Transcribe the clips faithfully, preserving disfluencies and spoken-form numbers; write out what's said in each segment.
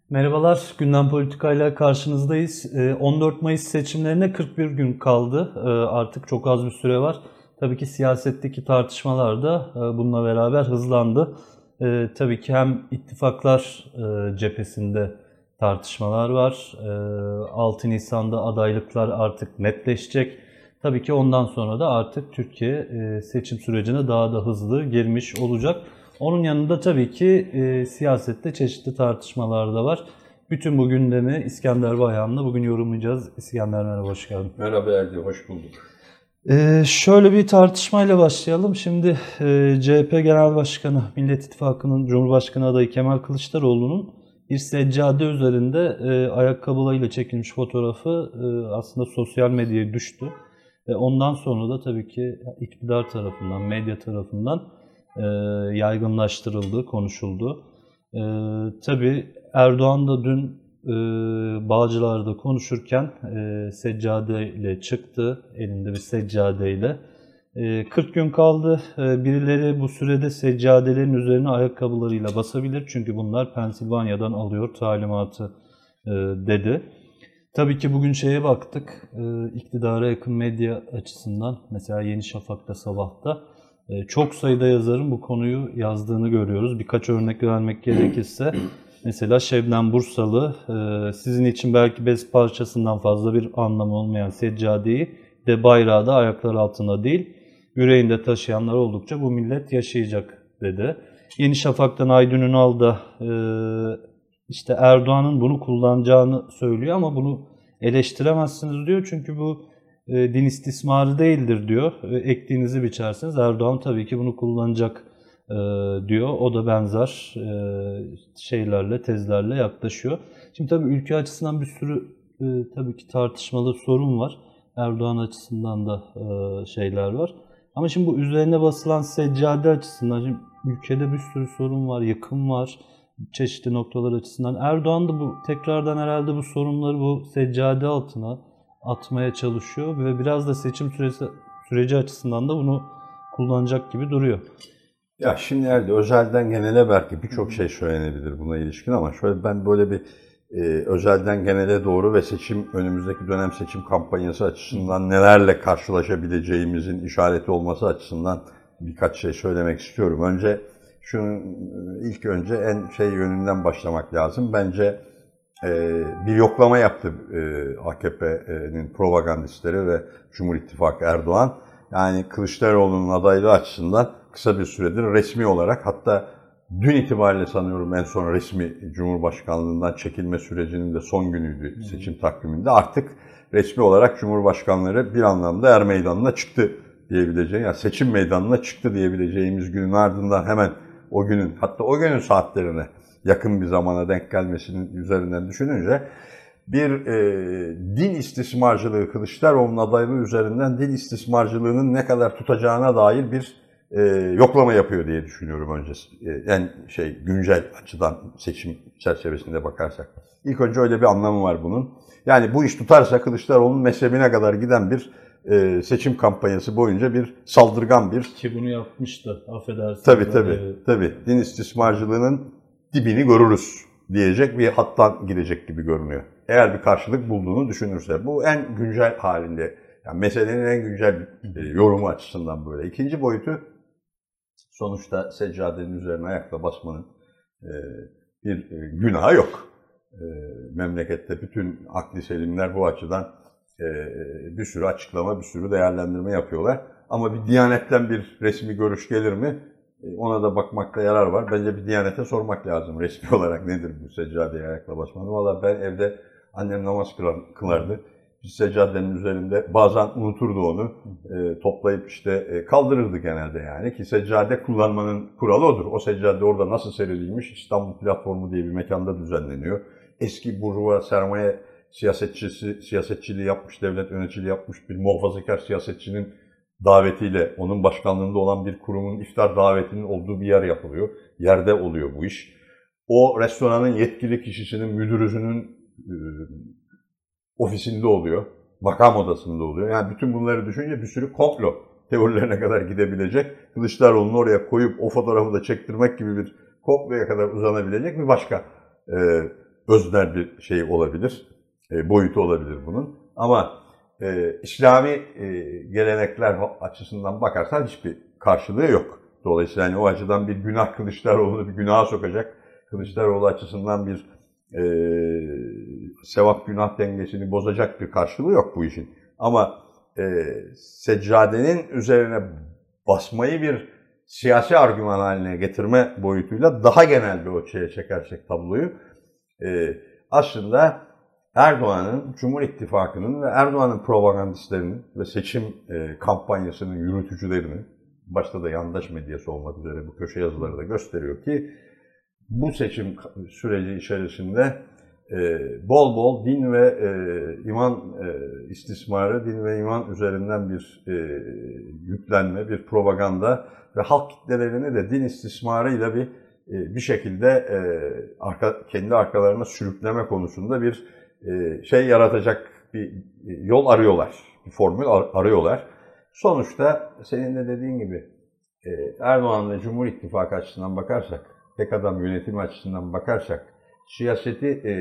Merhabalar, Gündem Politika'yla karşınızdayız. on dört Mayıs seçimlerine kırk bir gün kaldı. Artık çok az bir süre var. Tabii ki siyasetteki tartışmalar da bununla beraber hızlandı. Tabii ki hem ittifaklar cephesinde tartışmalar var. altı Nisan'da adaylıklar artık netleşecek. Tabii ki ondan sonra da artık Türkiye seçim sürecine daha da hızlı girmiş olacak. Onun yanında tabii ki e, siyasette çeşitli tartışmalar da var. Bütün bu gündemi İskender Bayhan'la bugün yorumlayacağız. İskender merhaba, hoş geldin. Merhaba Erdi, hoş bulduk. E, şöyle bir tartışmayla başlayalım. Şimdi e, C H P Genel Başkanı, Millet İttifakı'nın Cumhurbaşkanı adayı Kemal Kılıçdaroğlu'nun bir seccade üzerinde e, ayakkabılarıyla çekilmiş fotoğrafı e, aslında sosyal medyaya düştü. E, ondan sonra da tabii ki iktidar tarafından, medya tarafından E, yaygınlaştırıldı, konuşuldu. E, tabii Erdoğan da dün e, Bağcılar'da konuşurken e, seccade ile çıktı, elinde bir seccade ile. E, kırk gün kaldı. E, birileri bu sürede seccadelerin üzerine ayakkabılarıyla basabilir. Çünkü bunlar Pensilvanya'dan alıyor talimatı e, dedi. Tabii ki bugün şeye baktık, e, iktidara yakın medya açısından, mesela Yeni Şafak'ta, Sabah'ta çok sayıda yazarın bu konuyu yazdığını görüyoruz. Birkaç örnek vermek gerekirse, mesela Şebnem Bursalı, sizin için belki bez parçasından fazla bir anlamı olmayan seccadeyi de bayrağı da ayaklar altında değil, yüreğinde taşıyanlar oldukça bu millet yaşayacak dedi. Yeni Şafak'tan Aydın Ünal da işte Erdoğan'ın bunu kullanacağını söylüyor ama bunu eleştiremezsiniz diyor. Çünkü bu din istismarı değildir diyor. Ektiğinizi biçersiniz. Erdoğan tabii ki bunu kullanacak diyor. O da benzer şeylerle, tezlerle yaklaşıyor. Şimdi tabii ülke açısından bir sürü tabii ki tartışmalı sorun var. Erdoğan açısından da şeyler var. Ama şimdi bu üzerine basılan seccade açısından, şimdi ülkede bir sürü sorun var, yıkım var, çeşitli noktalar açısından. Erdoğan da bu tekrardan herhalde bu sorunları bu seccade altına atmaya çalışıyor ve biraz da seçim süresi, süreci açısından da bunu kullanacak gibi duruyor. Ya şimdi Erdi, özelden genele belki birçok şey söylenebilir buna ilişkin ama şöyle ben böyle bir e, özelden genele doğru ve seçim önümüzdeki dönem seçim kampanyası açısından nelerle karşılaşabileceğimizin işareti olması açısından birkaç şey söylemek istiyorum. Önce şunun ilk önce en şey yönünden başlamak lazım. Bence Ee, bir yoklama yaptı e, A K P'nin propagandistleri ve Cumhur İttifakı Erdoğan. Yani Kılıçdaroğlu'nun adaylığı açısından kısa bir süredir resmi olarak, hatta dün itibariyle sanıyorum en son resmi Cumhurbaşkanlığından çekilme sürecinin de son günüydü seçim takviminde. Artık resmi olarak Cumhurbaşkanları bir anlamda er meydanına çıktı diyebileceğim, yani seçim meydanına çıktı diyebileceğimiz günün ardından hemen o günün, hatta o günün saatlerine yakın bir zamana denk gelmesinin üzerinden düşününce bir e, din istismarcılığı, Kılıçdaroğlu'nun adaylığı üzerinden din istismarcılığının ne kadar tutacağına dair bir e, yoklama yapıyor diye düşünüyorum öncesi. E, en şey güncel açıdan seçim çerçevesinde bakarsak. İlk önce öyle bir anlamı var bunun. Yani bu iş tutarsa Kılıçdaroğlu'nun mezhebine kadar giden bir e, seçim kampanyası boyunca bir saldırgan bir... Ki bunu yapmıştı, affedersiniz. Tabii tabii, evet. tabii. Din istismarcılığının dibini görürüz diyecek bir hattan gidecek gibi görünüyor. Eğer bir karşılık bulduğunu düşünürse. Bu en güncel halinde, yani meselenin en güncel e, yorumu açısından böyle. İkinci boyutu, sonuçta seccadenin üzerine ayakla basmanın e, bir e, günahı yok. E, memlekette bütün akli selimler bu açıdan e, bir sürü açıklama, bir sürü değerlendirme yapıyorlar. Ama bir Diyanet'ten bir resmi görüş gelir mi? Ona da bakmakta yarar var. Bence bir Diyanet'e sormak lazım resmi olarak, nedir bu seccadeye ayakla basmanı. Valla ben evde, annem namaz kılardı. Biz seccadenin üzerinde bazen unuturdu onu. E, toplayıp işte e, kaldırırdı genelde yani. Ki seccade kullanmanın kuralı odur. O seccade orada nasıl serilmiş? İstanbul Platformu diye bir mekanda düzenleniyor. Eski burjuva sermaye siyasetçisi, siyasetçiliği yapmış, devlet yöneticiliği yapmış bir muhafazakar siyasetçinin davetiyle, onun başkanlığında olan bir kurumun iftar davetinin olduğu bir yer yapılıyor. Yerde oluyor bu iş. O restoranın yetkili kişisinin, müdürüzünün e, ofisinde oluyor. Makam odasında oluyor. Yani bütün bunları düşününce bir sürü komplo teorilerine kadar gidebilecek. Kılıçdaroğlu'nu oraya koyup o fotoğrafı da çektirmek gibi bir komploya kadar uzanabilecek bir başka e, özner bir şey olabilir, e, boyutu olabilir bunun. Ama e, İslami e, gelenekler açısından bakarsan hiçbir karşılığı yok. Dolayısıyla yani o açıdan bir günah Kılıçdaroğlu'nu bir günaha sokacak, Kılıçdaroğlu açısından bir e, sevap günah dengesini bozacak bir karşılığı yok bu işin. Ama e, seccadenin üzerine basmayı bir siyasi argüman haline getirme boyutuyla daha genel bir ölçüye çekersek tabloyu, e, aslında Erdoğan'ın, Cumhur İttifakı'nın ve Erdoğan'ın propagandistlerinin ve seçim e, kampanyasının yürütücülerinin, başta da yandaş medyası olmak üzere bu köşe yazıları da gösteriyor ki, bu seçim süreci içerisinde e, bol bol din ve e, iman e, istismarı, din ve iman üzerinden bir e, yüklenme, bir propaganda ve halk kitlelerini de din istismarıyla bir e, bir şekilde e, arka, kendi arkalarına sürükleme konusunda bir e, şey yaratacak bir e, yol arıyorlar, bir formül ar- arıyorlar. Sonuçta senin de dediğin gibi e, Erdoğan ve Cumhur İttifakı açısından bakarsak, tek adam yönetimi açısından bakarsak, siyaseti e,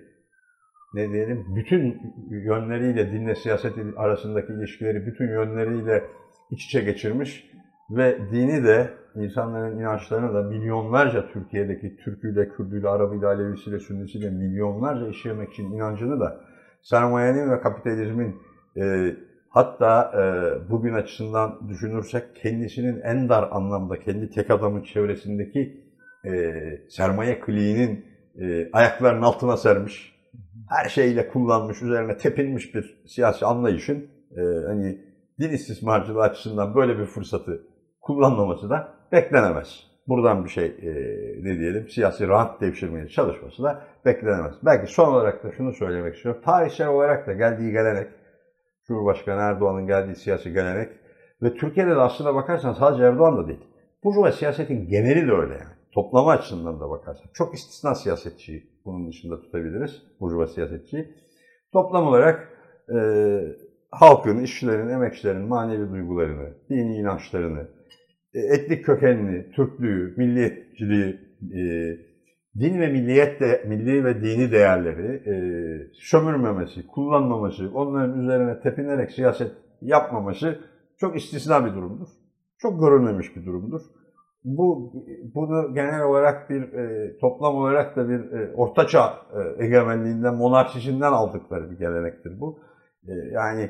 ne diyelim bütün yönleriyle, dinle siyaset arasındaki ilişkileri bütün yönleriyle iç içe geçirmiş ve dini de, insanların inançlarını da milyonlarca Türkiye'deki Türküyle, Kürdüyle, Arabıyla, Alevisiyle, Sünnisiyle milyonlarca işlemek için inancını da sermayenin ve kapitalizmin e, hatta e, bugün açısından düşünürsek kendisinin en dar anlamda kendi tek adamın çevresindeki e, sermaye kliğinin e, ayaklarının altına sermiş, her şeyle kullanmış, üzerine tepinmiş bir siyasi anlayışın e, hani din istismarcılığı açısından böyle bir fırsatı kullanmaması da beklenemez. Buradan bir şey e, ne diyelim siyasi rant devşirmeye çalışması da beklenemez. Belki son olarak da şunu söylemek istiyorum. Tarihsel olarak da geldiği gelenek, Cumhurbaşkanı Erdoğan'ın geldiği siyasi gelenek ve Türkiye'de de aslına bakarsan sadece Erdoğan da değil. Burjuva siyasetin geneli de öyle yani. Toplama açısından da bakarsak. Çok istisna siyasetçiyi bunun dışında tutabiliriz. Burjuva siyasetçiyi. Toplam olarak e, halkın, işçilerin, emekçilerin manevi duygularını, dini inançlarını, e, etnik kökenini, Türklüğü, milliyetçiliği, e, din ve milliyet de, milli ve dini değerleri e, sömürmemesi, kullanmaması, onların üzerine tepinerek siyaset yapmaması çok istisna bir durumdur. Çok görülmemiş bir durumdur. Bu bunu genel olarak bir e, toplam olarak da bir e, ortaçağ e, egemenliğinden, monarşisinden aldıkları bir gelenektir bu. E, yani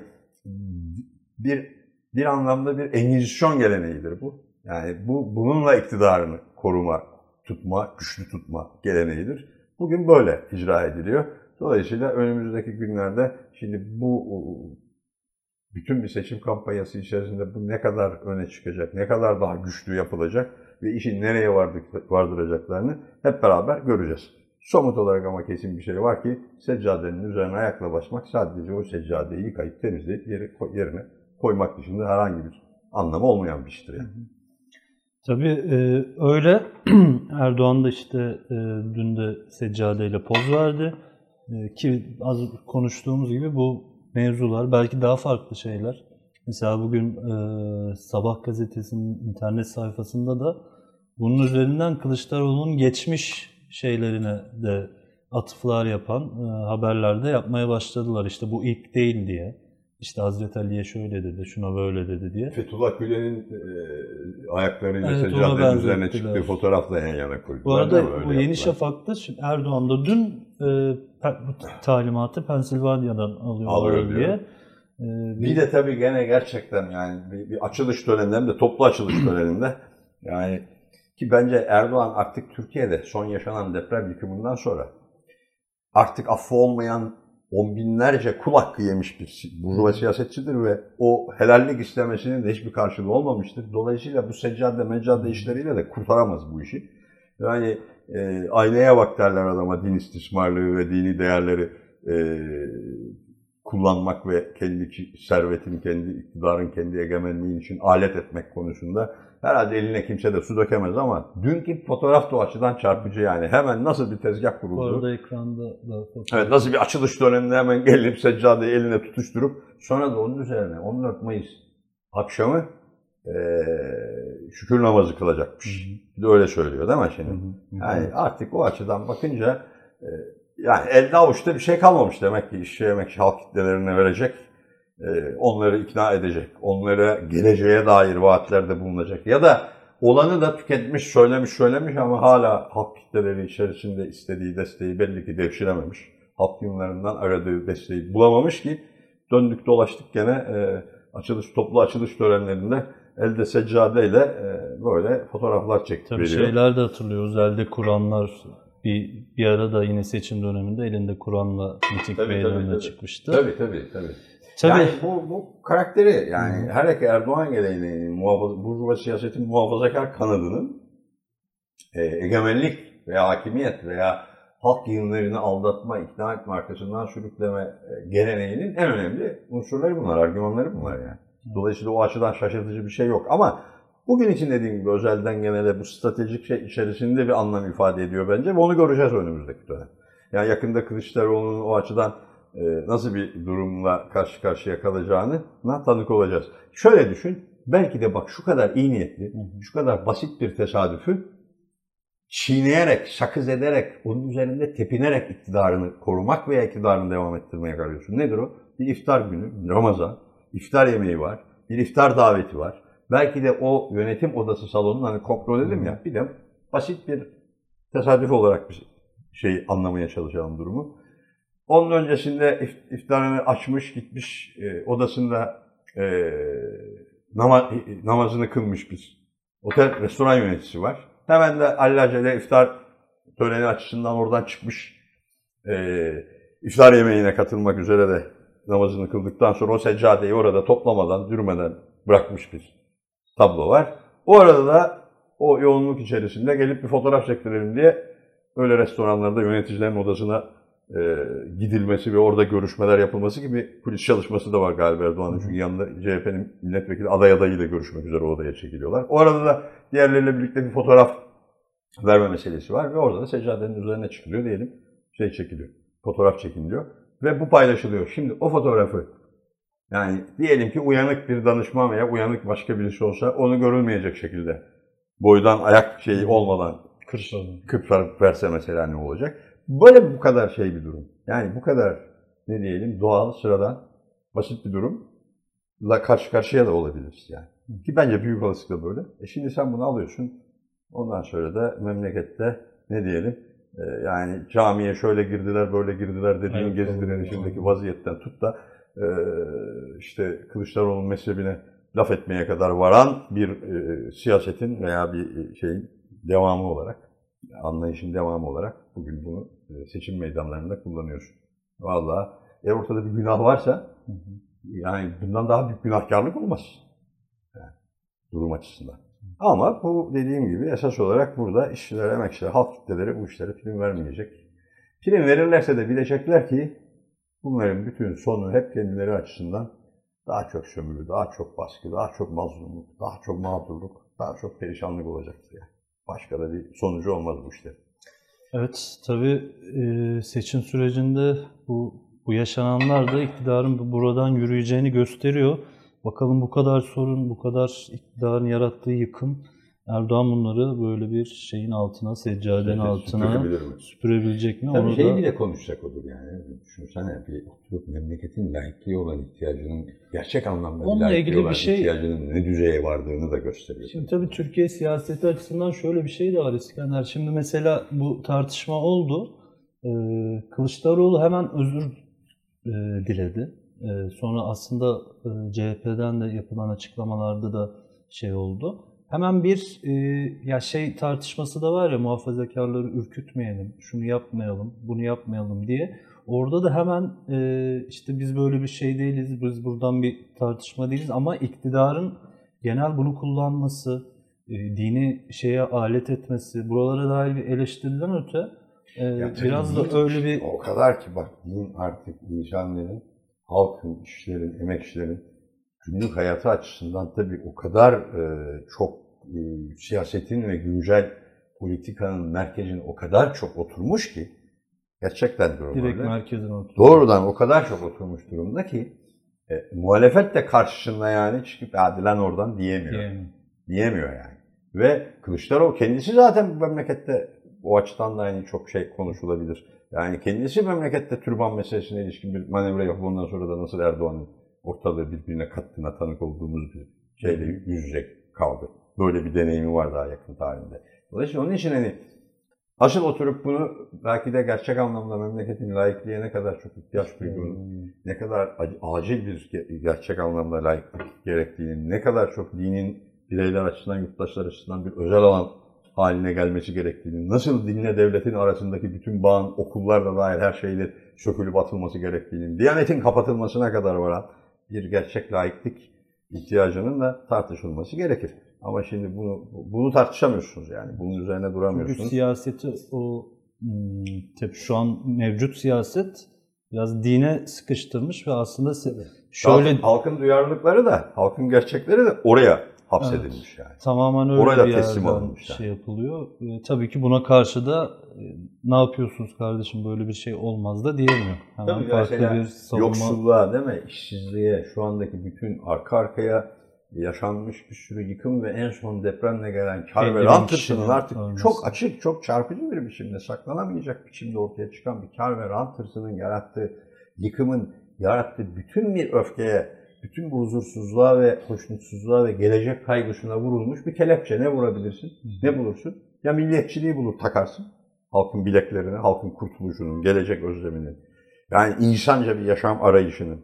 bir bir anlamda bir Engizisyon geleneğidir bu. Yani bu bununla iktidarını koruma, tutma, güçlü tutma geleneğidir. Bugün böyle icra ediliyor. Dolayısıyla önümüzdeki günlerde şimdi bu bütün bir seçim kampanyası içerisinde bu ne kadar öne çıkacak, ne kadar daha güçlü yapılacak ve işin nereye vardıracaklarını hep beraber göreceğiz. Somut olarak ama kesin bir şey var ki seccadenin üzerine ayakla basmak sadece o seccadeyi yıkayıp temizleyip yerine koymak dışında herhangi bir anlamı olmayan bir iştir yani. Tabii e, öyle. Erdoğan da işte e, dün de seccadeyle poz verdi. E, ki az konuştuğumuz gibi bu mevzular belki daha farklı şeyler. Mesela bugün e, Sabah gazetesinin internet sayfasında da bunun üzerinden Kılıçdaroğlu'nun geçmiş şeylerine de atıflar yapan e, haberlerde yapmaya başladılar. İşte bu ilk değil diye. İşte Hazreti Ali'ye şöyle dedi, şuna böyle dedi diye. Fethullah Gülen'in e, ayaklarıyla Evet, seccadenin üzerine çıktığı fotoğrafla yan yana koydular. Bu arada bu Yeni Şafak'ta Erdoğan da dün e, talimatı Pensilvanya'dan alıyorlar Alıyor diye. E, bir, bir de tabii gene gerçekten yani bir, bir açılış töreninde hem de toplu açılış töreninde yani ki bence Erdoğan artık Türkiye'de son yaşanan deprem yıkımından sonra artık affı olmayan on binlerce kul hakkı yemiş bir burjuva siyasetçidir ve o helallik istemesinin de hiçbir karşılığı olmamıştır. Dolayısıyla bu seccade meccade işleriyle de kurtaramaz bu işi. Yani e, aynaya bak derler adama, din istismarlığı ve dini değerleri e, kullanmak ve kendi servetin, kendi iktidarın, kendi egemenliğin için alet etmek konusunda herhalde eline kimse de su dökemez ama dünkü fotoğraf da o açıdan çarpıcı yani. Hemen nasıl bir tezgah kuruldu. Bu arada ekranda da fotoğraf. Evet, nasıl bir açılış döneminde hemen gelip seccadeyi eline tutuşturup sonra da onun üzerine on dört Mayıs akşamı e, şükür namazı kılacakmış. Bir de öyle söylüyor değil mi şimdi? Hı hı. Yani artık o açıdan bakınca e, Yani elde avuçta bir şey kalmamış demek ki işçi emekçi halk kitlelerine verecek, onları ikna edecek, onlara geleceğe dair vaatlerde bulunacak ya da olanı da tüketmiş, söylemiş, söylemiş ama hala halk kitleleri içerisinde istediği desteği belli ki devşirememiş. Halk yığınlarından aradığı desteği bulamamış ki döndük dolaştık gene e, açılış toplu açılış törenlerinde elde seccadeyle e, böyle fotoğraflar çekip Tabii veriyor. şeyler de hatırlıyoruz. Elde Kur'anlar bir, bir ara da yine seçim döneminde elinde Kur'an'la miting meydanına çıkmıştı. Tabii tabii tabii. Tabii. Yani bu, bu karakteri yani her iki Erdoğan geleneğinin, muhafaza, burjuva siyasetin muhafazakar kanadının e, egemenlik veya hakimiyet veya halk yığınlarını aldatma, ikna etme, arkasından sürükleme e, geleneğinin en önemli unsurları bunlar, argümanları bunlar yani. Dolayısıyla o açıdan şaşırtıcı bir şey yok ama bugün için dediğim gibi özelden genele bu stratejik şey içerisinde bir anlam ifade ediyor bence ve onu göreceğiz önümüzdeki dönem. Yani yakında Kılıçdaroğlu'nun o açıdan nasıl bir durumla karşı karşıya kalacağını tanık olacağız. Şöyle düşün, belki de bak şu kadar iyi niyetli, şu kadar basit bir tesadüfü çiğneyerek, sakız ederek, onun üzerinde tepinerek iktidarını korumak veya iktidarını devam ettirmeye kalıyorsun. Nedir o? Bir iftar günü, Ramazan, iftar yemeği var, bir iftar daveti var. Belki de o yönetim odası salonunun hani kontrol edelim ya, bir de basit bir tesadüf olarak bir şey anlamaya çalışalım durumu. Onun öncesinde iftarını açmış, gitmiş e, odasında e, nama, namazını kılmış bir otel, restoran yöneticisi var. Hemen de alelacele iftar töreni açısından oradan çıkmış. E, iftar yemeğine katılmak üzere de namazını kıldıktan sonra o seccadeyi orada toplamadan, dürmeden bırakmış bir tablo var. O arada da o yoğunluk içerisinde gelip bir fotoğraf çektirelim diye öyle restoranlarda yöneticilerin odasına E, gidilmesi ve orada görüşmeler yapılması gibi polis çalışması da var galiba Erdoğan'ın. Çünkü yanında C H P'nin milletvekili aday adayıyla görüşmek üzere odaya çekiliyorlar. O arada da diğerleriyle birlikte bir fotoğraf verme meselesi var ve orada da seccadenin üzerine çıkılıyor diyelim. Şey çekiliyor, fotoğraf çekiliyor ve bu paylaşılıyor. Şimdi o fotoğrafı yani diyelim ki uyanık bir danışman veya uyanık başka birisi olsa onu görülmeyecek şekilde boydan ayak şeyi olmadan kırpar verse mesela ne olacak? Böyle bu kadar şey bir durum. Yani bu kadar ne diyelim doğal, sıradan, basit bir durumla karşı karşıya da olabiliriz yani. Ki bence büyük olasılıkla böyle. E şimdi sen bunu alıyorsun. Ondan sonra da memlekette ne diyelim e, yani camiye şöyle girdiler, böyle girdiler dediğin evet, gezi direnişindeki vaziyetten tut da e, işte Kılıçdaroğlu'nun mezhebine laf etmeye kadar varan bir e, siyasetin veya bir şeyin devamı olarak, anlayışın devamı olarak bugün bunu seçim meydanlarında kullanıyorsun. Vallahi eğer ortada bir günah varsa hı hı. yani bundan daha büyük günahkarlık olmaz. Yani, durum açısından. Ama bu dediğim gibi esas olarak burada işçiler, emekçiler, halk kitleleri bu işlere prim vermeyecek. Prim verirlerse de bilecekler ki bunların bütün sonu hep kendileri açısından daha çok sömürü, daha çok baskı, daha çok mazlumluk, daha çok mağdurluk, daha çok perişanlık olacaktır yani. Başka da bir sonucu olmaz bu işte. Evet, tabii seçim sürecinde bu, bu yaşananlar da iktidarın buradan yürüyeceğini gösteriyor. Bakalım bu kadar sorun, bu kadar iktidarın yarattığı yıkım, Erdoğan bunları böyle bir şeyin altına, seccadenin altına süpürebilecek mi? Tabii Onu şeyi da... bile konuşacak odur yani. Düşünsene bir oturup memleketin layıklığı olan ihtiyacının, gerçek anlamda onunla ilgili bir şey, ihtiyacının ne düzeye vardığını da gösteriyor. Şimdi tabii Türkiye siyaseti açısından şöyle bir şey de var İskender. Şimdi mesela bu tartışma oldu. Ee, Kılıçdaroğlu hemen özür e, diledi. E, sonra aslında e, C H P'den de yapılan açıklamalarda da şey oldu. Hemen bir e, ya şey tartışması da var ya, muhafazakarları ürkütmeyelim, şunu yapmayalım, bunu yapmayalım diye. Orada da hemen e, işte biz böyle bir şey değiliz, biz buradan bir tartışma değiliz ama iktidarın genel bunu kullanması, e, dini şeye alet etmesi, buralara dair bir eleştiriden öte e, biraz da öyle bir... O kadar ki bak din artık insanların, halkın, işçilerin, emekçilerin günlük hayatı açısından tabii o kadar e, çok e, siyasetin ve güncel politikanın merkezine o kadar çok oturmuş ki gerçekten direkt merkezine oturmuş. Doğrudan o kadar çok oturmuş durumda ki e, muhalefet de karşısında yani çıkıp hadi lan oradan diyemiyor. Diyemiyor. Diyemiyor yani. Ve Kılıçdaroğlu kendisi zaten bu memlekette o açıdan da yani çok şey konuşulabilir. Yani kendisi memlekette türban meselesine ilişkin bir manevra yapıp ondan sonra da nasıl Erdoğan'ın ortalığı birbirine kattığına tanık olduğumuz bir şeyle yüz yüze kaldı. Böyle bir deneyimi var daha yakın tarihinde. Dolayısıyla onun için hani asıl oturup bunu belki de gerçek anlamda memleketin laikliğe ne kadar çok ihtiyaç duyduğunu, hmm. ne kadar acil bir gerçek anlamda laiklik gerektiğini, ne kadar çok dinin bireyler açısından, yurttaşlar açısından bir özel alan haline gelmesi gerektiğini, nasıl dinle devletin arasındaki bütün bağın okullarla dair her şeyle sökülüp atılması gerektiğini, Diyanetin kapatılmasına kadar varan bir gerçek laiklik ihtiyacının da tartışılması gerekir. Ama şimdi bunu bunu tartışamıyorsunuz yani. Bunun üzerine duramıyorsunuz. Çünkü siyaseti o tabii şu an mevcut siyaset biraz dine sıkıştırmış ve aslında şöyle halkın, halkın duyarlılıkları da, halkın gerçekleri de oraya hapsedilmiş evet, yani. Tamamen öyle oraya bir teslim alınmış şey yani. Yapılıyor. E, tabii ki buna karşı da e, ne yapıyorsunuz kardeşim böyle bir şey olmaz da diyemiyor. Hemen tabii farklı bir savunma. Yoksulluğa değil mi? İşsizliğe, şu andaki bütün arka arkaya yaşanmış bir sürü yıkım ve en son depremle gelen kar ve rant hırsının artık olması. Çok açık, çok çarpıcı bir biçimde, saklanamayacak biçimde ortaya çıkan bir kar ve rant hırsının yarattığı, yıkımın yarattığı bütün bir öfkeye, bütün bu huzursuzluğa ve hoşnutsuzluğa ve gelecek kaygısına vurulmuş bir kelepçe. Ne vurabilirsin? Ne bulursun? Ya milliyetçiliği bulur takarsın. Halkın bileklerine, halkın kurtuluşunun, gelecek özleminin, yani insanca bir yaşam arayışının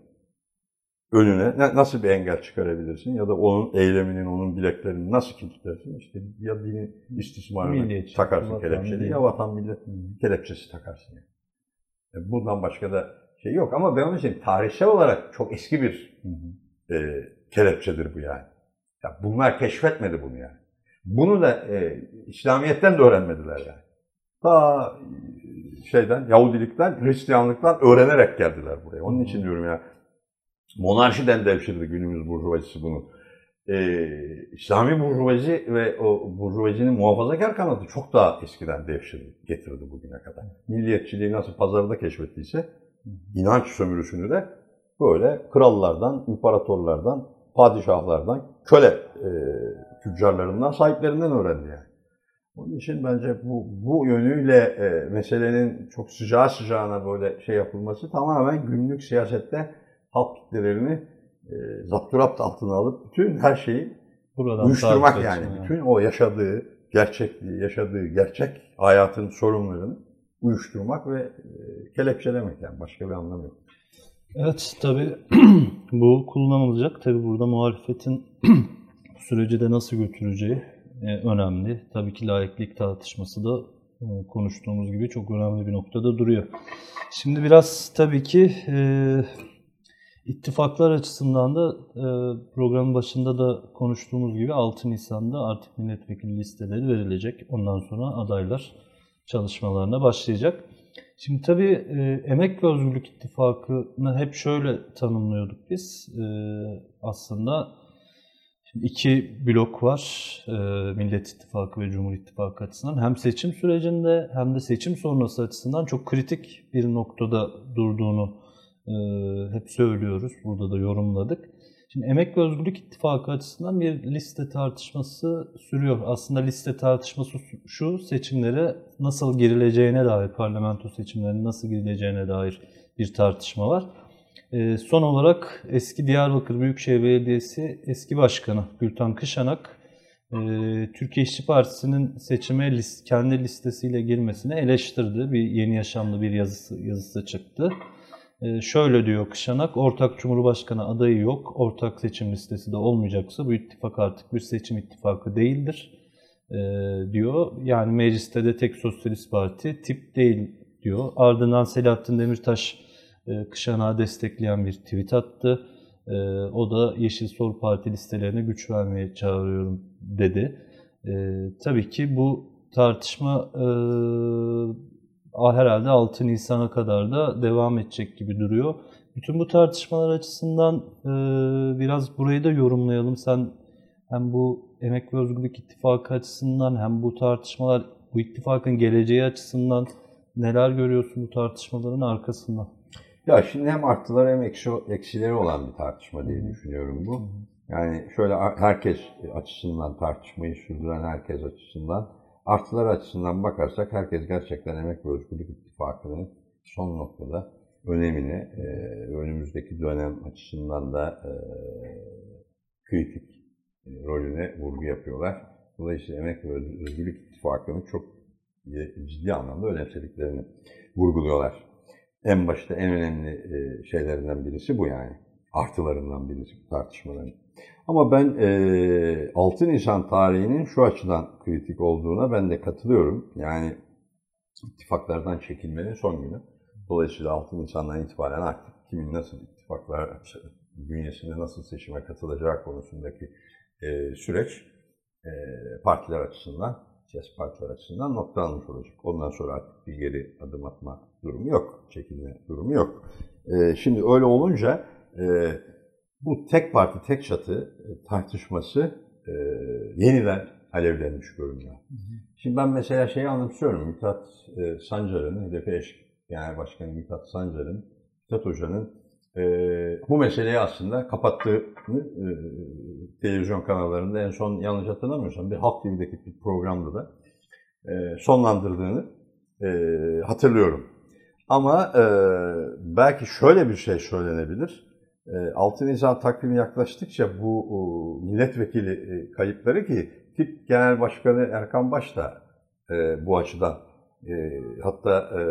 önüne nasıl bir engel çıkarabilirsin ya da onun eyleminin, onun bileklerini nasıl kilitlersin? İşte ya dinin istismarını takarsın kelepçeli ya vatan millet kelepçesi takarsın. Yani. Bundan başka da şey yok ama ben onun için tarihsel olarak çok eski bir e, kelepçedir bu yani. Ya bunlar keşfetmedi bunu yani. Bunu da e, İslamiyet'ten de öğrenmediler yani. Ta şeyden, Yahudilikten, Hristiyanlıktan öğrenerek geldiler buraya. Onun için diyorum ya, monarşiden devşirdi günümüz burjuvazisi bunu. Ee, İslami burjuvazi ve o burjuvazinin muhafazakar kanadı çok daha eskiden devşirdi, getirdi bugüne kadar. Milliyetçiliği nasıl pazarda keşfettiyse, inanç sömürüsünü de böyle krallardan, imparatorlardan, padişahlardan, köle e, tüccarlarından, sahiplerinden öğrendi yani. Onun için bence bu, bu yönüyle e, meselenin çok sıcağı sıcağına böyle şey yapılması tamamen günlük siyasette halk kitlelerini e, zapturapt altına alıp bütün her şeyi buradan uyuşturmak yani. yani. Bütün o yaşadığı gerçekliği, yaşadığı gerçek hayatın sorunlarını uyuşturmak ve e, kelepçelemek yani. Başka bir anlamı yok. Evet tabii bu kullanılacak. Tabii burada muhalefetin süreci de nasıl götüreceği önemli. Tabii ki laiklik tartışması da konuştuğumuz gibi çok önemli bir noktada duruyor. Şimdi biraz tabii ki e, ittifaklar açısından da e, programın başında da konuştuğumuz gibi altı Nisan'da artık milletvekili listeleri verilecek. Ondan sonra adaylar çalışmalarına başlayacak. Şimdi tabii e, Emek ve Özgürlük İttifakı'nı hep şöyle tanımlıyorduk biz. E, aslında İki blok var e, Millet İttifakı ve Cumhur İttifakı açısından. Hem seçim sürecinde hem de seçim sonrası açısından çok kritik bir noktada durduğunu e, hep söylüyoruz. Burada da yorumladık. Şimdi Emek ve Özgürlük İttifakı açısından bir liste tartışması sürüyor. Aslında liste tartışması şu, seçimlere nasıl girileceğine dair, parlamento seçimlerine nasıl girileceğine dair bir tartışma var. Son olarak eski Diyarbakır Büyükşehir Belediyesi eski başkanı Gültan Kışanak, Türkiye İşçi Partisi'nin seçime list, kendi listesiyle girmesini eleştirdi. Bir Yeni Yaşam'da bir yazısı, yazısı çıktı. Şöyle diyor Kışanak, ortak Cumhurbaşkanı adayı yok, ortak seçim listesi de olmayacaksa bu ittifak artık bir seçim ittifakı değildir diyor. Yani mecliste de tek Sosyalist Parti tip değil diyor. Ardından Selahattin Demirtaş Kışanak'ı destekleyen bir tweet attı. O da Yeşil Sol Parti listelerine güç vermeye çağırıyorum dedi. Tabii ki bu tartışma herhalde altı Nisan'a kadar da devam edecek gibi duruyor. Bütün bu tartışmalar açısından biraz burayı da yorumlayalım. Sen hem bu Emek ve Özgürlük İttifakı açısından hem bu tartışmalar, bu ittifakın geleceği açısından neler görüyorsun bu tartışmaların arkasında? Ya şimdi hem artıları hem eksi, eksileri olan bir tartışma diye düşünüyorum bu. Yani şöyle herkes açısından, tartışmayı sürdüren herkes açısından Artılar açısından bakarsak herkes gerçekten Emek ve Özgürlük İttifakı'nın son noktada önemini e, önümüzdeki dönem açısından da e, kritik e, rolüne vurgu yapıyorlar. Dolayısıyla Emek ve Özgürlük İttifakı'nı çok ciddi anlamda önemsediklerini vurguluyorlar. En başta en önemli e, şeylerinden birisi bu yani. Artılarından birisi bu tartışmaların. Ama ben e, altı Nisan tarihinin şu açıdan kritik olduğuna ben de katılıyorum. Yani ittifaklardan çekilmenin son günü. Dolayısıyla altı Nisan'dan itibaren artık kimin nasıl ittifaklar bünyesinde nasıl seçime katılacağı konusundaki e, süreç e, partiler açısından, siyasi partiler açısından noktalanmış olacak. Ondan sonra artık bir geri adım atma durumu yok, çekilme durumu yok. E, şimdi öyle olunca e, bu tek parti, tek çatı tartışması e, yeniden alevlenmiş görünüyor. Hı hı. Şimdi ben mesela şeyi anımsıyorum. Mithat e, Sancar'ın, H D P eş genel başkanı Mithat Sancar'ın, Mithat Hoca'nın e, bu meseleyi aslında kapattığını e, televizyon kanallarında en son yanlış hatırlamıyorsam bir Halk T V'deki bir programda da e, sonlandırdığını e, hatırlıyorum. Ama e, belki şöyle bir şey söylenebilir. altı Nisan takvimi yaklaştıkça bu milletvekili kayıpları ki tip genel başkanı Erkan Baş da e, bu açıdan e, hatta e,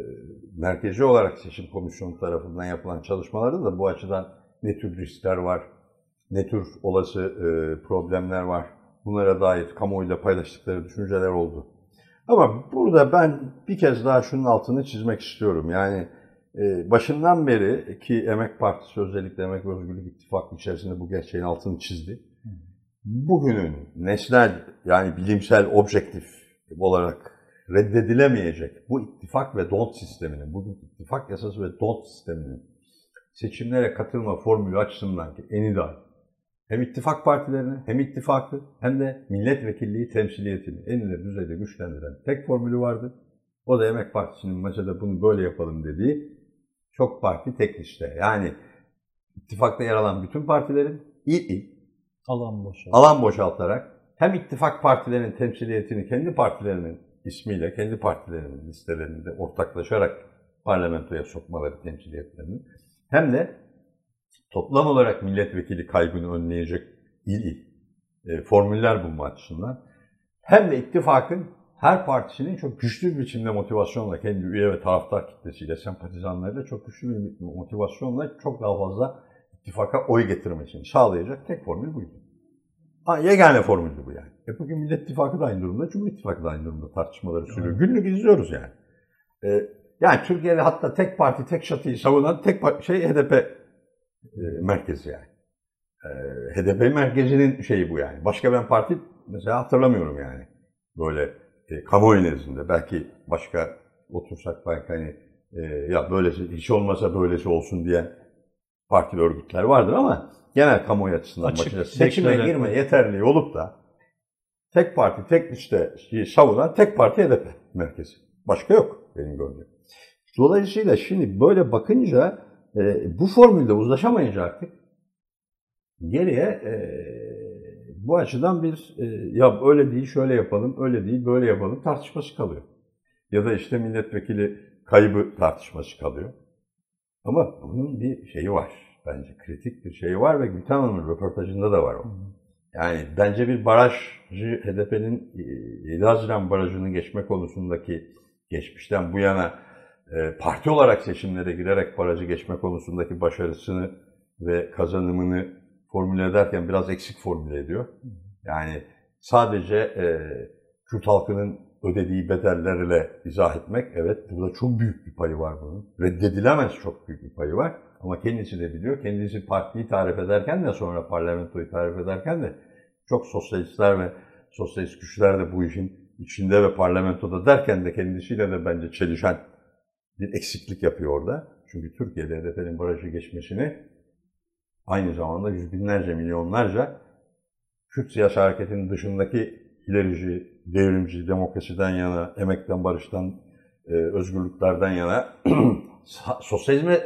merkezi olarak seçim komisyonu tarafından yapılan çalışmalarda da bu açıdan ne tür riskler var, ne tür olası e, problemler var, bunlara dair kamuoyuyla paylaştıkları düşünceler oldu. Ama burada ben bir kez daha şunun altını çizmek istiyorum. Yani başından beri ki Emek Partisi özellikle Emek ve Özgürlük İttifakı içerisinde bu gerçeğin altını çizdi. Bugünün nesnel yani bilimsel objektif olarak reddedilemeyecek bu ittifak ve don't sisteminin, bu ittifak yasası ve don't sisteminin seçimlere katılma formülü açısından ki en ideal hem ittifak partilerini hem ittifakı hem de milletvekilliği temsiliyetini en ileri düzeyde güçlendiren tek formülü vardı. O da Emek Partisi'nin masada bunu böyle yapalım dediği çok parti tek liste. Yani ittifakta yer alan bütün partilerin il il alan, boşalt. alan boşaltarak hem ittifak partilerinin temsiliyetini kendi partilerinin ismiyle, kendi partilerinin listelerinde ortaklaşarak parlamentoya sokmaları temsiliyetlerini hem de toplam olarak milletvekili kaybını önleyecek il il e, formüller bulma açısından hem de ittifakın her partisinin çok güçlü bir biçimde motivasyonla, kendi üye ve taraftar kitlesiyle, sempatizanlarıyla çok güçlü bir motivasyonla çok daha fazla ittifaka oy getirmesini sağlayacak tek formül buydu. Ha, yegane formüldü bu yani. E bugün Millet İttifakı da aynı durumda, Cumhur İttifakı da aynı durumda tartışmaları sürüyor. Günlük izliyoruz yani. E, yani Türkiye'de hatta tek parti, tek çatıyı savunan tek parti, şey H D P e, merkezi yani. E, H D P merkezinin şeyi bu yani. Başka ben parti mesela hatırlamıyorum yani. Böyle E, kamuoyu nezdinde belki başka otursak belki hani e, ya böylesi hiç olmasa böylesi olsun diyen partili örgütler vardır ama genel kamuoyu açısından bakınca seçime girme yeterli olup da tek parti tek liste savunan tek parti H D P merkezi. Başka yok benim gördüğüm. Dolayısıyla şimdi böyle bakınca e, bu formülde uzlaşamayınca artık geriye e, bu açıdan bir e, ya öyle değil şöyle yapalım, öyle değil böyle yapalım tartışması kalıyor. Ya da işte milletvekili kaybı tartışması kalıyor. Ama bunun bir şeyi var. Bence kritik bir şeyi var ve Gülten Hanım'ın röportajında da var o. Yani bence bir barajcı H D P'nin yedi Haziran barajını geçme konusundaki geçmişten bu yana e, parti olarak seçimlere girerek barajı geçme konusundaki başarısını ve kazanımını formüle ederken biraz eksik formüle ediyor. Yani sadece e, Kürt halkının ödediği bedellerle izah etmek, evet burada çok büyük bir payı var bunun. Reddedilemez çok büyük bir payı var. Ama kendisi de biliyor. Kendisi partiyi tarif ederken de sonra parlamentoyu tarif ederken de çok sosyalistler ve sosyalist güçler de bu işin içinde ve parlamentoda derken de kendisiyle de bence çelişen bir eksiklik yapıyor orada. Çünkü Türkiye'de H D P'nin barajı geçmesini aynı zamanda yüz binlerce, milyonlarca Kürt siyasi hareketinin dışındaki ilerici, devrimci, demokrasiden yana, emekten, barıştan, e, özgürlüklerden yana sosyalizme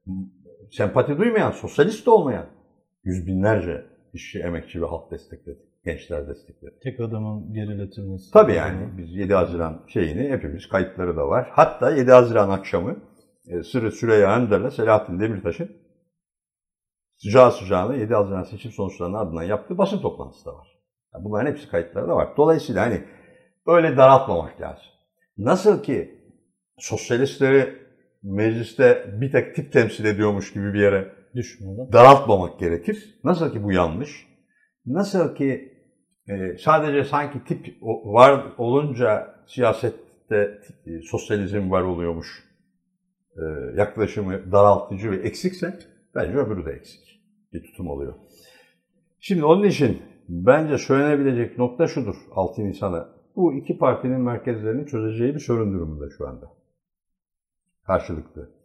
sempati duymayan, sosyalist de olmayan yüz binlerce işçi, emekçi ve halk destekledi. gençler destekledi. Tek adamın geriletilmesi. Tabii yani biz yedi Haziran şeyini hepimiz kayıtları da var. Hatta yedi Haziran akşamı e, Sırrı Süreyya Önder'le Selahattin Demirtaş'ın sıcağı sıcağına yedi Haziran seçim sonuçlarının ardından yaptığı basın toplantısı da var. Yani bunların hepsi kayıtları da var. Dolayısıyla hani öyle daraltmamak lazım. Nasıl ki sosyalistleri mecliste bir tek tip temsil ediyormuş gibi bir yere düşmeden daraltmamak gerekir. Nasıl ki bu yanlış. Nasıl ki e, sadece sanki tip var olunca siyasette e, sosyalizm var oluyormuş e, yaklaşımı daraltıcı ve eksikse bence öbürü de eksik bir tutum oluyor. Şimdi onun için bence söylenebilecek nokta şudur altı Nisan'a. Bu iki partinin merkezlerinin çözeceği bir sorun durumunda şu anda. Karşılıklı.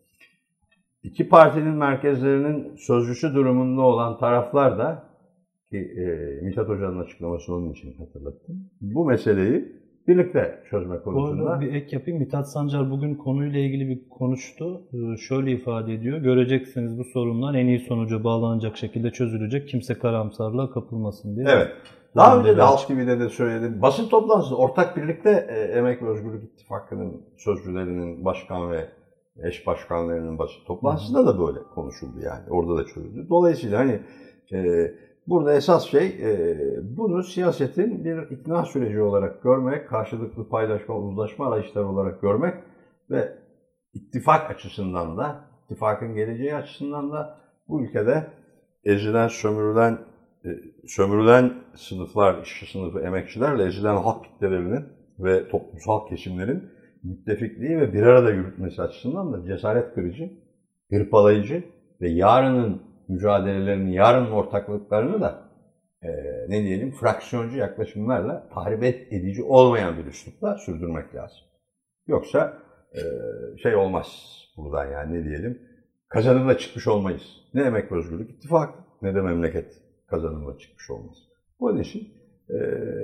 İki partinin merkezlerinin sözcüsü durumunda olan taraflar da ki e, Mithat Hoca'nın açıklamasını onun için hatırlattım. Bu meseleyi birlikte çözme konusunda. Bu arada bir ek yapayım. Mithat Sancar bugün konuyla ilgili bir konuştu. Ee, şöyle ifade ediyor. Göreceksiniz bu sorunlar en iyi sonuca bağlanacak şekilde çözülecek. Kimse karamsarlığa kapılmasın diye. Evet. Daha önce de Halk T V'de de söyledim. Basın toplantısı ortak birlikte e, Emek ve Özgürlük İttifakı'nın sözcülerinin başkan ve eş başkanlarının basın toplantısında da böyle konuşuldu yani. Orada da çözüldü. Dolayısıyla hani e, burada esas şey e, bunu siyasetin bir ikna süreci olarak görmek, karşılıklı paylaşma, uzlaşma arayışları olarak görmek ve ittifak açısından da, ittifakın geleceği açısından da bu ülkede ezilen, sömürülen, e, sömürülen sınıflar, işçi sınıfı, emekçilerle ezilen halk kitlelerinin ve toplumsal kesimlerin müttefikliği ve bir arada yürütmesi açısından da cesaret kırıcı, hırpalayıcı ve yarının mücadelelerini, yarının ortaklıklarını da e, ne diyelim fraksiyoncu yaklaşımlarla tahrip edici olmayan bir üslupla sürdürmek lazım. Yoksa e, şey olmaz buradan yani ne diyelim kazanımla çıkmış olmayız. Ne Emek ve Özgürlük İttifakı ne de memleket kazanımla çıkmış olmaz. Onun için e,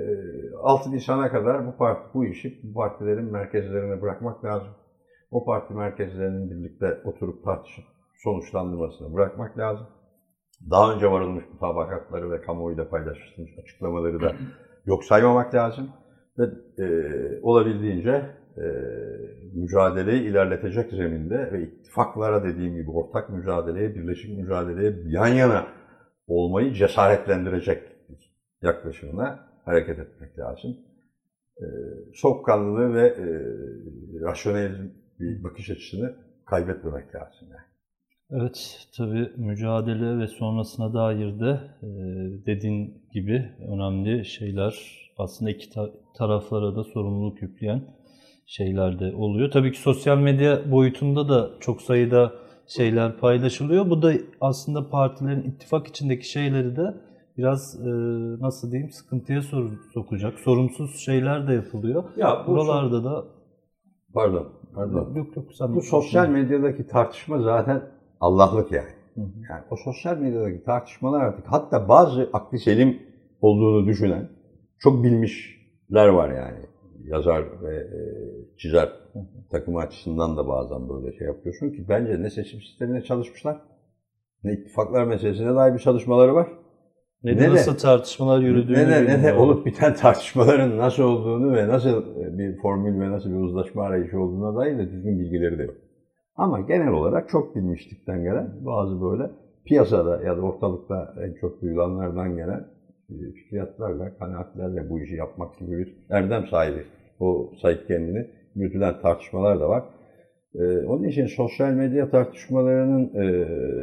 altı Nisan'a kadar bu parti bu işi bu partilerin merkezlerine bırakmak lazım. O parti merkezlerinin birlikte oturup tartışıp sonuçlandırmasını bırakmak lazım. Daha önce varılmış mutabakatları ve kamuoyuyla paylaşılmış açıklamaları da yok saymamak lazım. Ve e, olabildiğince e, mücadeleyi ilerletecek zeminde ve ittifaklara dediğim gibi ortak mücadeleye, birleşik mücadeleye yan yana olmayı cesaretlendirecek yaklaşımına hareket etmek lazım. E, soğukkanlılığı ve e, rasyonel bir bakış açısını kaybetmemek lazım yani. Evet, tabii mücadele ve sonrasına dair de e, dediğin gibi önemli şeyler aslında iki ta- taraflara da sorumluluk yükleyen şeyler de oluyor. Tabii ki sosyal medya boyutunda da çok sayıda şeyler paylaşılıyor. Bu da aslında partilerin ittifak içindeki şeyleri de biraz e, nasıl diyeyim sıkıntıya sor- sokacak. Sorumsuz şeyler de yapılıyor. Ya bu Buralarda so- da pardon, pardon. Yok yok sen Bu sosyal medyadaki tartışma zaten Allah'lık yani. Hı hı. Yani o sosyal medyadaki tartışmalar artık hatta bazı aklı selim olduğunu düşünen çok bilmişler var yani. Yazar ve e, çizer hı hı. takımı açısından da bazen böyle şey yapıyorsun ki bence ne seçim sistemine çalışmışlar ne ittifaklar meselesine dair bir çalışmaları var. Ne, ne de nasıl tartışmalar yürüdüğünü ne de, ne de olup biten tartışmaların nasıl olduğunu ve nasıl bir formül ve nasıl bir uzlaşma arayışı olduğuna dair de düzgün bilgileri de yok. Ama genel olarak çok bilmişlikten gelen bazı böyle piyasada ya da ortalıkta en çok duyulanlardan gelen fikriyatlarla, kanaatlerle bu işi yapmak gibi bir erdem sahibi o sayık kendini yürütülen tartışmalar da var. Ee, onun için sosyal medya tartışmalarının e,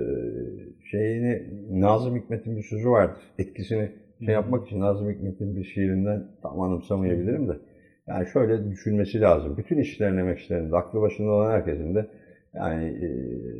şeyini Nazım Hikmet'in bir sözü vardır. Etkisini şey yapmak için Nazım Hikmet'in bir şiirinden tam anımsamayabilirim de. Yani şöyle düşünmesi lazım. Bütün işlerin, emekçilerin de, aklı başında olan herkesin de yani e,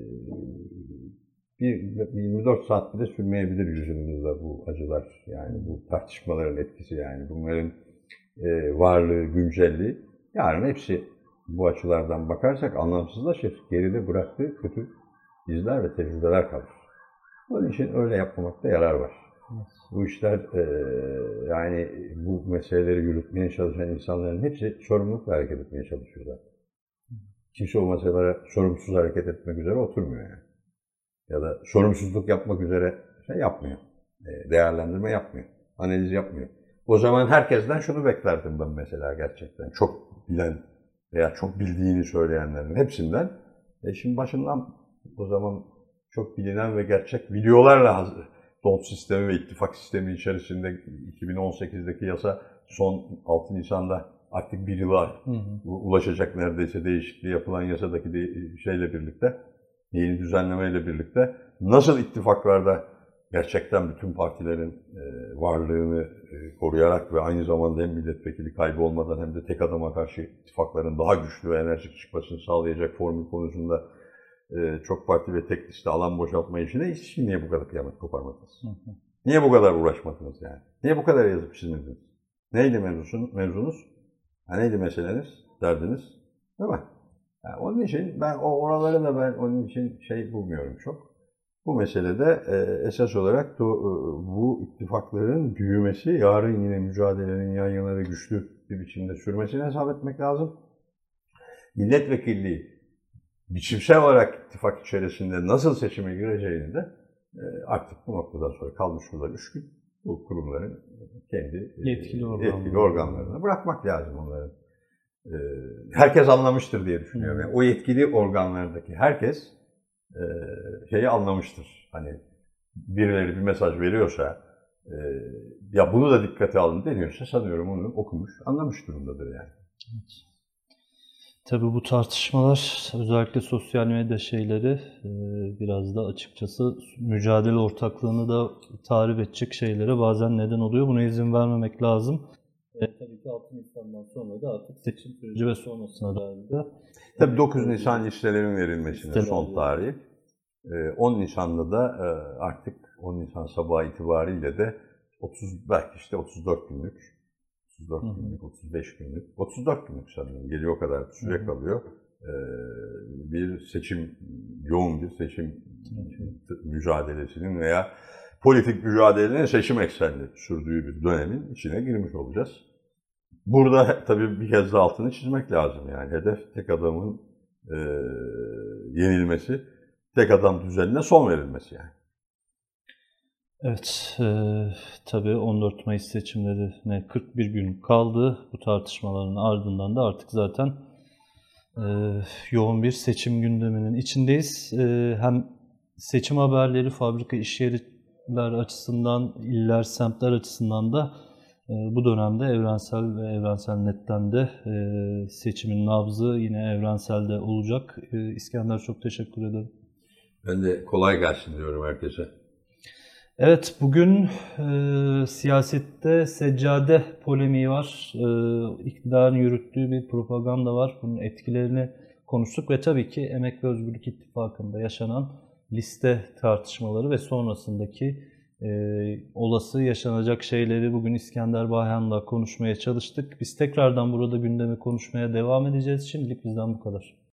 bir yirmi dört saat bile sürmeyebilir yüzyılımızda bu acılar. Yani bu tartışmaların etkisi yani bunların e, varlığı, güncelliği. Yarın hepsi bu açılardan bakarsak anlamsızlaşır. Geride bıraktığı kötü izler ve tecrübeler kalır. Onun için öyle yapmamakta yarar var. Evet. Bu işler e, yani bu meseleleri yürütmeye çalışan insanların hepsi sorumlulukla hareket etmeye çalışıyor zaten. Kimse o meselelere sorumsuz hareket etmek üzere oturmuyor yani. Ya da sorumsuzluk yapmak üzere şey yapmıyor. E, değerlendirme yapmıyor. Analiz yapmıyor. O zaman herkesten şunu beklerdim ben mesela gerçekten. Çok bilen veya çok bildiğini söyleyenlerin hepsinden. E şimdi başından o zaman çok bilinen ve gerçek videolarla hazır. Don sistemi ve ittifak sistemi içerisinde iki bin on sekizdeki yasa son altı Nisan'da artık bir yıla hı hı. ulaşacak neredeyse değişikliği yapılan yasadaki şeyle birlikte, yeni düzenlemeyle birlikte nasıl ittifaklarda gerçekten bütün partilerin varlığını koruyarak ve aynı zamanda hem milletvekili kaybı olmadan hem de tek adama karşı ittifakların daha güçlü ve enerjik çıkmasını sağlayacak formül konusunda çok parti ve tek liste alan boşaltma işine hiç niye bu kadar kıyamet koparmadınız? Hı hı. Niye bu kadar uğraşmadınız yani? Niye bu kadar yazıp çizmediniz? Neydi mevzusun, mevzunuz? Ha, neydi meseleniz, derdiniz? Değil mi? Yani onun için ben o oraları da ben onun için şey bulmuyorum çok. Bu meselede e, esas olarak da, e, bu ittifakların büyümesi, yarın yine mücadelenin yan yana ve güçlü bir biçimde sürmesini hesap etmek lazım. Milletvekilliği biçimsel olarak ittifak içerisinde nasıl seçime gireceğini de e, artık bu noktadan sonra kalmış olan üç gün bu kurumların kendi yetkili, e, organ yetkili organlarına bırakmak lazım onların. E, herkes anlamıştır diye düşünüyorum. Yani o yetkili organlardaki herkes e, şeyi anlamıştır. Hani birileri bir mesaj veriyorsa, e, ya bunu da dikkate alın deniyorsa sanıyorum onu okumuş, anlamış durumdadır yani. Evet. Tabii bu tartışmalar, özellikle sosyal medya şeyleri biraz da açıkçası mücadele ortaklığını da tarif edecek şeylere bazen neden oluyor. Buna izin vermemek lazım. E, tabii ki altı Nisan'dan sonra da artık seçim süreci ve sonrasına dair de. Tabii dokuz Nisan listelerin verilmesine listeler son tarih. on Nisan'da da artık on Nisan sabahı itibariyle de otuz belki işte otuz dört günlük otuz dört günlük, otuz beş günlük, otuz dört günlük sanırım geliyor o kadar süre kalıyor. Ee, bir seçim, yoğun bir seçim mücadelesinin veya politik mücadelenin seçim eksenli sürdüğü bir dönemin içine girmiş olacağız. Burada tabii bir kez de altını çizmek lazım yani. Hedef tek adamın e, yenilmesi, tek adam düzenine son verilmesi yani. Evet, e, tabii on dört Mayıs seçimlerine kırk bir gün kaldı. Bu tartışmaların ardından da artık zaten e, yoğun bir seçim gündeminin içindeyiz. E, hem seçim haberleri, fabrika işyerler açısından, iller, semtler açısından da e, bu dönemde Evrensel ve Evrensel Net'ten de e, seçimin nabzı yine Evrensel'de olacak. E, İskender, çok teşekkür ederim. Ben de kolay gelsin diyorum herkese. Evet, bugün e, siyasette seccade polemiği var. E, iktidarın yürüttüğü bir propaganda var. Bunun etkilerini konuştuk ve tabii ki Emek ve Özgürlük İttifakı'nda yaşanan liste tartışmaları ve sonrasındaki e, olası yaşanacak şeyleri bugün İskender Bayhan'la konuşmaya çalıştık. Biz tekrardan burada gündemi konuşmaya devam edeceğiz. Şimdilik bizden bu kadar.